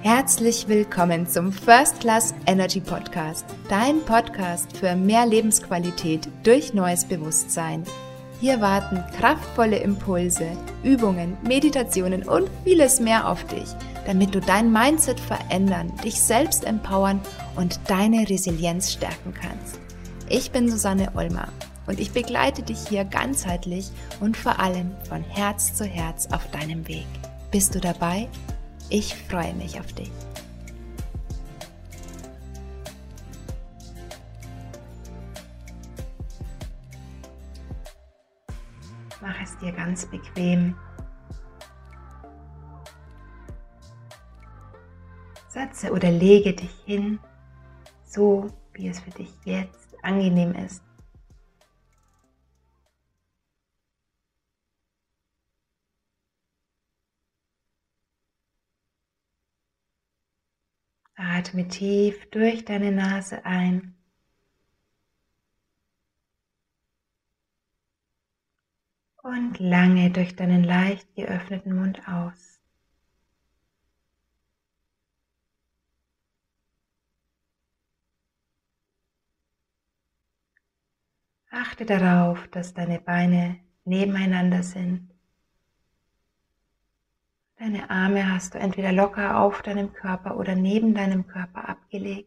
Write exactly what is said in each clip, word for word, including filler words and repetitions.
Herzlich willkommen zum First Class Energy Podcast, dein Podcast für mehr Lebensqualität durch neues Bewusstsein. Hier warten kraftvolle Impulse, Übungen, Meditationen und vieles mehr auf dich, damit du dein Mindset verändern, dich selbst empowern und deine Resilienz stärken kannst. Ich bin Susanne Ollmer und ich begleite dich hier ganzheitlich und vor allem von Herz zu Herz auf deinem Weg. Bist du dabei? Ich freue mich auf dich. Mach es dir ganz bequem. Setze oder lege dich hin, so wie es für dich jetzt angenehm ist. Atme tief durch deine Nase ein und lange durch deinen leicht geöffneten Mund aus. Achte darauf, dass deine Beine nebeneinander sind. Deine Arme hast du entweder locker auf deinem Körper oder neben deinem Körper abgelegt.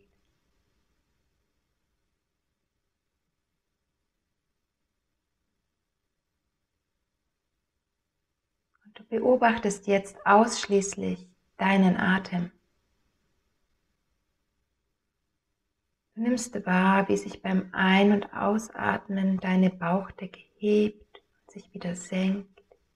Und du beobachtest jetzt ausschließlich deinen Atem. Du nimmst wahr, wie sich beim Ein- und Ausatmen deine Bauchdecke hebt und sich wieder senkt.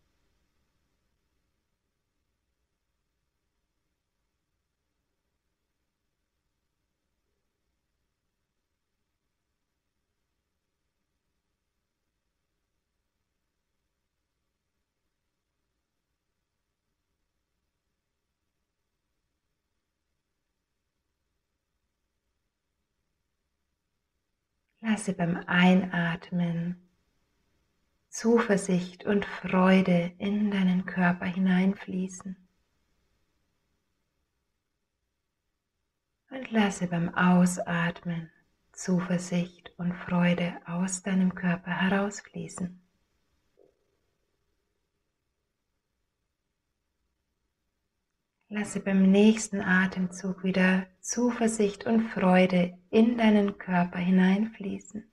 Lasse beim Einatmen Zuversicht und Freude in deinen Körper hineinfließen. Und lasse beim Ausatmen Zuversicht und Freude aus deinem Körper herausfließen. Lasse beim nächsten Atemzug wieder Zuversicht und Freude in deinen Körper hineinfließen.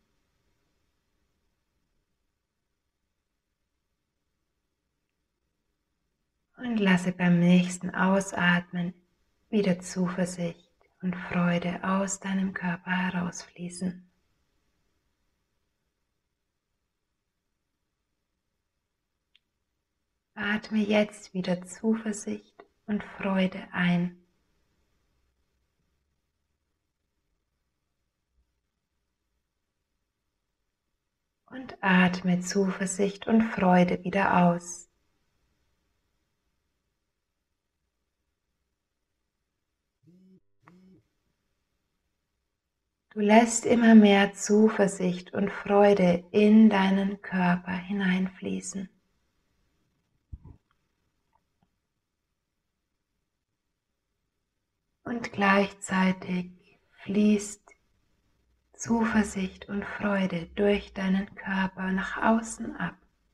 Und lasse beim nächsten Ausatmen wieder Zuversicht und Freude aus deinem Körper herausfließen. Atme jetzt wieder Zuversicht und Freude ein. Und atme Zuversicht und Freude wieder aus. Du lässt immer mehr Zuversicht und Freude in deinen Körper hineinfließen. Und gleichzeitig fließt Zuversicht und Freude durch deinen Körper nach außen ab.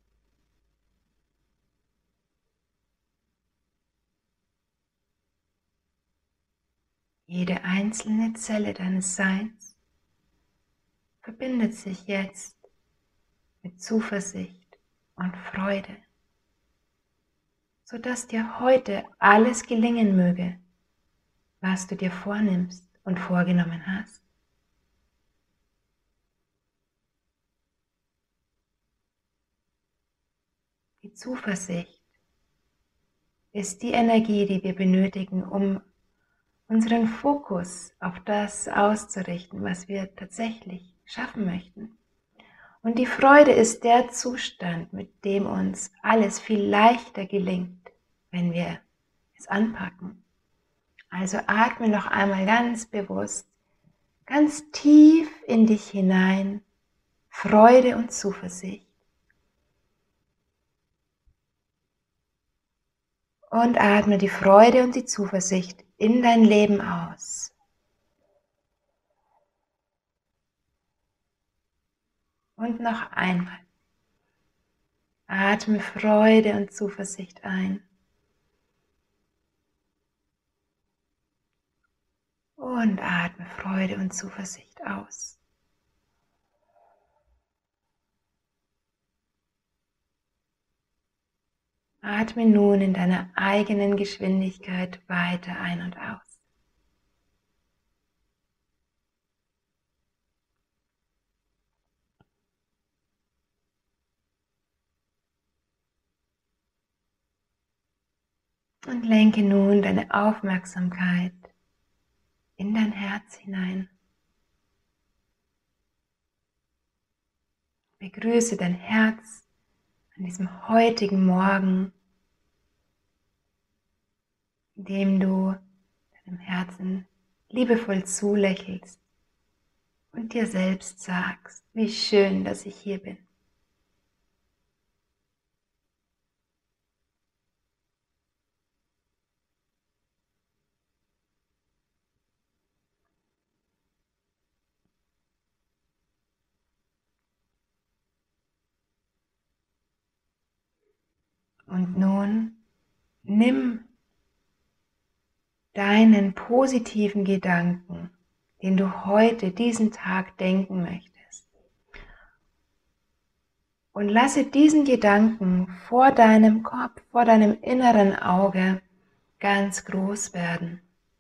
Jede einzelne Zelle deines Seins verbindet sich jetzt mit Zuversicht und Freude, sodass dir heute alles gelingen möge, was du dir vornimmst und vorgenommen hast. Die Zuversicht ist die Energie, die wir benötigen, um unseren Fokus auf das auszurichten, was wir tatsächlich schaffen möchten. Und die Freude ist der Zustand, mit dem uns alles viel leichter gelingt, wenn wir es anpacken. Also atme noch einmal ganz bewusst, ganz tief in dich hinein, Freude und Zuversicht. Und atme die Freude und die Zuversicht in dein Leben aus. Und noch einmal. Atme Freude und Zuversicht ein. Und atme Freude und Zuversicht aus. Atme nun in deiner eigenen Geschwindigkeit weiter ein und aus. Und lenke nun deine Aufmerksamkeit in dein Herz hinein. Begrüße dein Herz an diesem heutigen Morgen, indem du deinem Herzen liebevoll zulächelst und dir selbst sagst, wie schön, dass ich hier bin. Und nun nimm deinen positiven Gedanken, den du heute, diesen Tag denken möchtest, und lasse diesen Gedanken vor deinem Kopf, vor deinem inneren Auge ganz groß werden.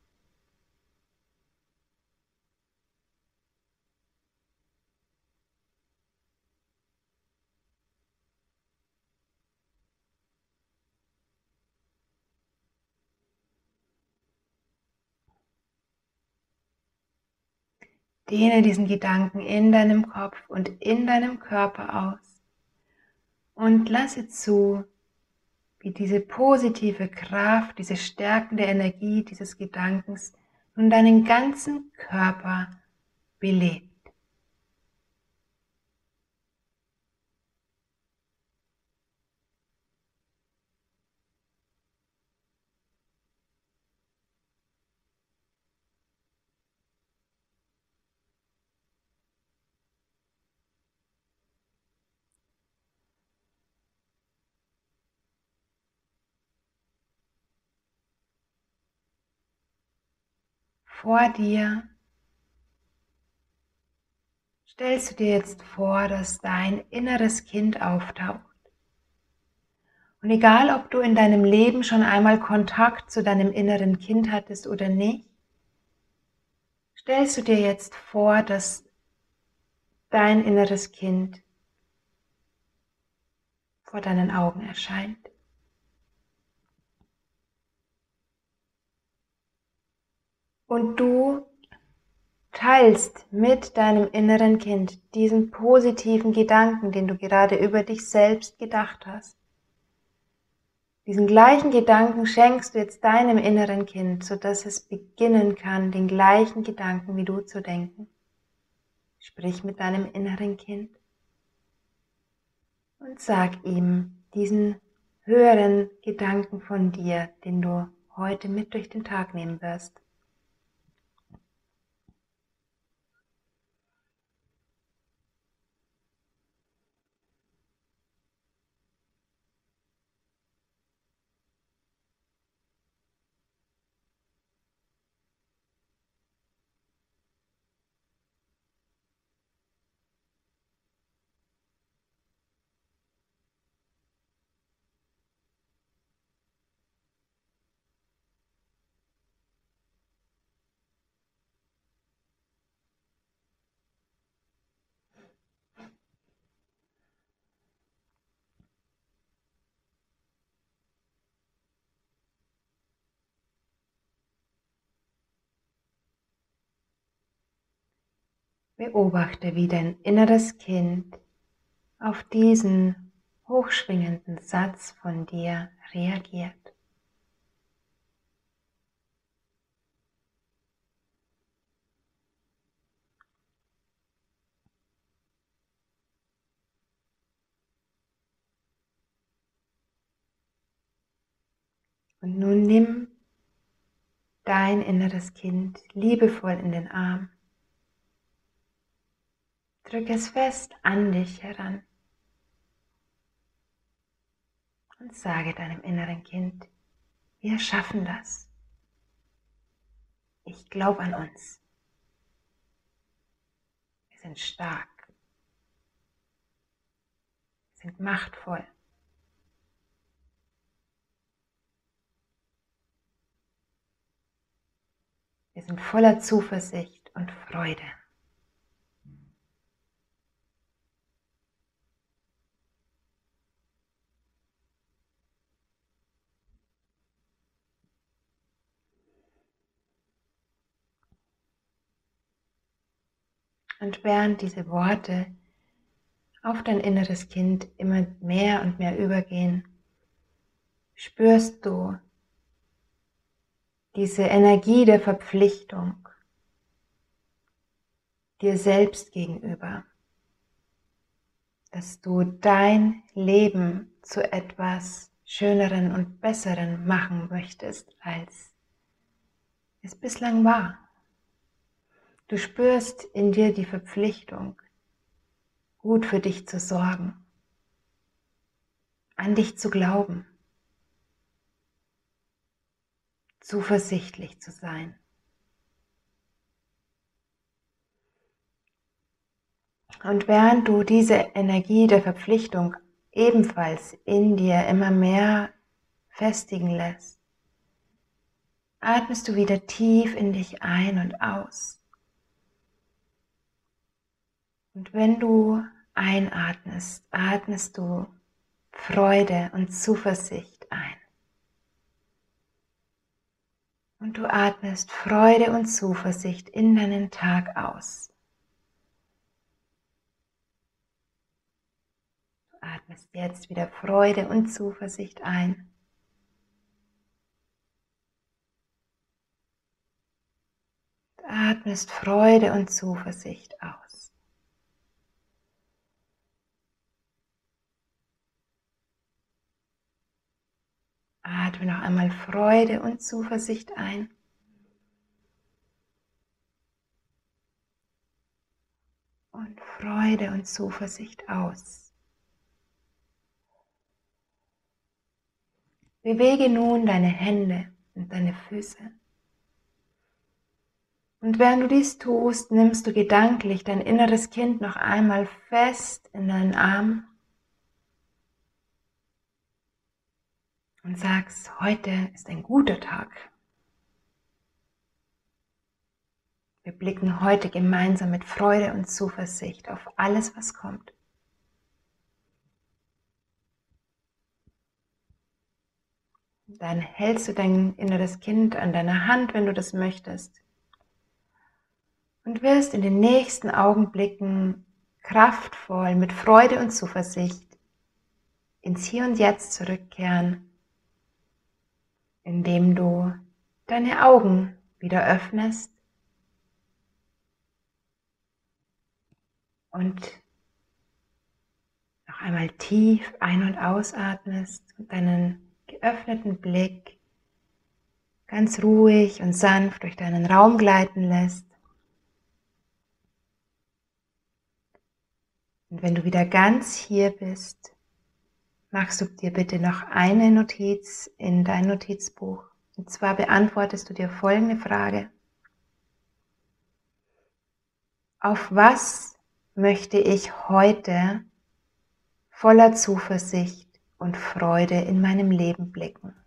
Dehne diesen Gedanken in deinem Kopf und in deinem Körper aus und lasse zu, wie diese positive Kraft, diese stärkende Energie dieses Gedankens nun deinen ganzen Körper belebt. Vor dir stellst du dir jetzt vor, dass dein inneres Kind auftaucht. Und egal, ob du in deinem Leben schon einmal Kontakt zu deinem inneren Kind hattest oder nicht, stellst du dir jetzt vor, dass dein inneres Kind vor deinen Augen erscheint. Und du teilst mit deinem inneren Kind diesen positiven Gedanken, den du gerade über dich selbst gedacht hast. Diesen gleichen Gedanken schenkst du jetzt deinem inneren Kind, sodass es beginnen kann, den gleichen Gedanken wie du zu denken. Sprich mit deinem inneren Kind und sag ihm diesen höheren Gedanken von dir, den du heute mit durch den Tag nehmen wirst. Beobachte, wie dein inneres Kind auf diesen hochschwingenden Satz von dir reagiert. Und nun nimm dein inneres Kind liebevoll in den Arm. Drück es fest an dich heran und sage deinem inneren Kind, wir schaffen das. Ich glaube an uns. Wir sind stark. Wir sind machtvoll. Wir sind voller Zuversicht und Freude. Und während diese Worte auf dein inneres Kind immer mehr und mehr übergehen, spürst du diese Energie der Verpflichtung dir selbst gegenüber, dass du dein Leben zu etwas Schöneren und Besseren machen möchtest, als es bislang war. Du spürst in dir die Verpflichtung, gut für dich zu sorgen, an dich zu glauben, zuversichtlich zu sein. Und während du diese Energie der Verpflichtung ebenfalls in dir immer mehr festigen lässt, atmest du wieder tief in dich ein und aus. Und wenn du einatmest, atmest du Freude und Zuversicht ein. Und du atmest Freude und Zuversicht in deinen Tag aus. Du atmest jetzt wieder Freude und Zuversicht ein. Du atmest Freude und Zuversicht aus. Atme noch einmal Freude und Zuversicht ein. Und Freude und Zuversicht aus. Bewege nun deine Hände und deine Füße. Und während du dies tust, nimmst du gedanklich dein inneres Kind noch einmal fest in deinen Arm und sagst, heute ist ein guter Tag. Wir blicken heute gemeinsam mit Freude und Zuversicht auf alles, was kommt. Dann hältst du dein inneres Kind an deiner Hand, wenn du das möchtest. Und wirst in den nächsten Augenblicken kraftvoll mit Freude und Zuversicht ins Hier und Jetzt zurückkehren, indem du deine Augen wieder öffnest und noch einmal tief ein- und ausatmest und deinen geöffneten Blick ganz ruhig und sanft durch deinen Raum gleiten lässt. Und wenn du wieder ganz hier bist, machst du dir bitte noch eine Notiz in dein Notizbuch. Und zwar beantwortest du dir folgende Frage. Auf was möchte ich heute voller Zuversicht und Freude in meinem Leben blicken?